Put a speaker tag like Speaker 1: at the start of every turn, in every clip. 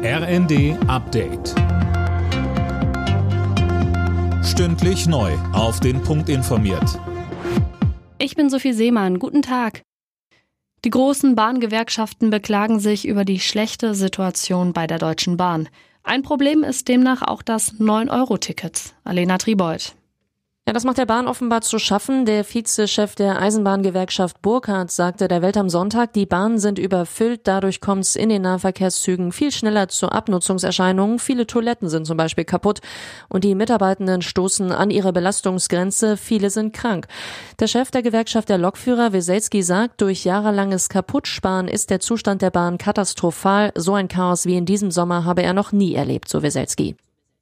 Speaker 1: RND Update. Stündlich neu auf den Punkt informiert.
Speaker 2: Ich bin Sophie Seemann. Guten Tag. Die großen Bahngewerkschaften beklagen sich über die schlechte Situation bei der Deutschen Bahn. Ein Problem ist demnach auch das 9-Euro-Ticket. Alena Tribold.
Speaker 3: Ja, das macht der Bahn offenbar zu schaffen. Der Vizechef der Eisenbahngewerkschaft Burkhardt sagte der Welt am Sonntag, die Bahnen sind überfüllt, dadurch kommt es in den Nahverkehrszügen viel schneller zu Abnutzungserscheinungen. Viele Toiletten sind zum Beispiel kaputt und die Mitarbeitenden stoßen an ihre Belastungsgrenze, viele sind krank. Der Chef der Gewerkschaft der Lokführer, Weselski, sagt, durch jahrelanges Kaputtsparen ist der Zustand der Bahn katastrophal. So ein Chaos wie in diesem Sommer habe er noch nie erlebt, so Weselski.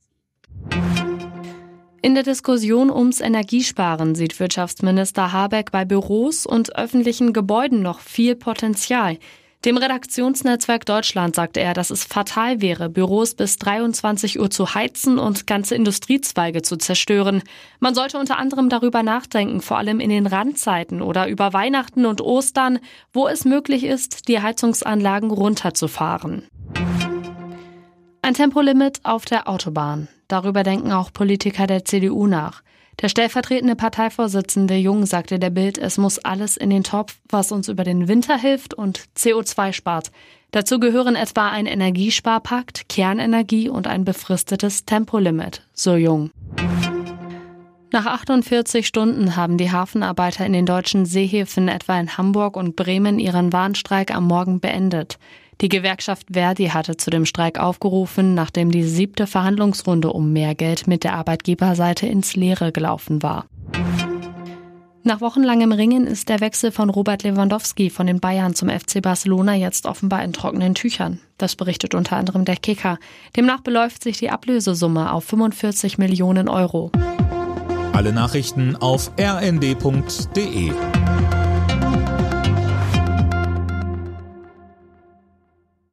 Speaker 2: In der Diskussion ums Energiesparen sieht Wirtschaftsminister Habeck bei Büros und öffentlichen Gebäuden noch viel Potenzial. Dem Redaktionsnetzwerk Deutschland sagte er, dass es fatal wäre, Büros bis 23 Uhr zu heizen und ganze Industriezweige zu zerstören. Man sollte unter anderem darüber nachdenken, vor allem in den Randzeiten oder über Weihnachten und Ostern, wo es möglich ist, die Heizungsanlagen runterzufahren. Ein Tempolimit auf der Autobahn. Darüber denken auch Politiker der CDU nach. Der stellvertretende Parteivorsitzende Jung sagte der Bild, es muss alles in den Topf, was uns über den Winter hilft und CO2 spart. Dazu gehören etwa ein Energiesparpakt, Kernenergie und ein befristetes Tempolimit, so Jung. Nach 48 Stunden haben die Hafenarbeiter in den deutschen Seehäfen etwa in Hamburg und Bremen ihren Warnstreik am Morgen beendet. Die Gewerkschaft Verdi hatte zu dem Streik aufgerufen, nachdem die 7. Verhandlungsrunde um mehr Geld mit der Arbeitgeberseite ins Leere gelaufen war. Nach wochenlangem Ringen ist der Wechsel von Robert Lewandowski von den Bayern zum FC Barcelona jetzt offenbar in trockenen Tüchern. Das berichtet unter anderem der Kicker. Demnach beläuft sich die Ablösesumme auf 45 Millionen Euro.
Speaker 1: Alle Nachrichten auf rnd.de.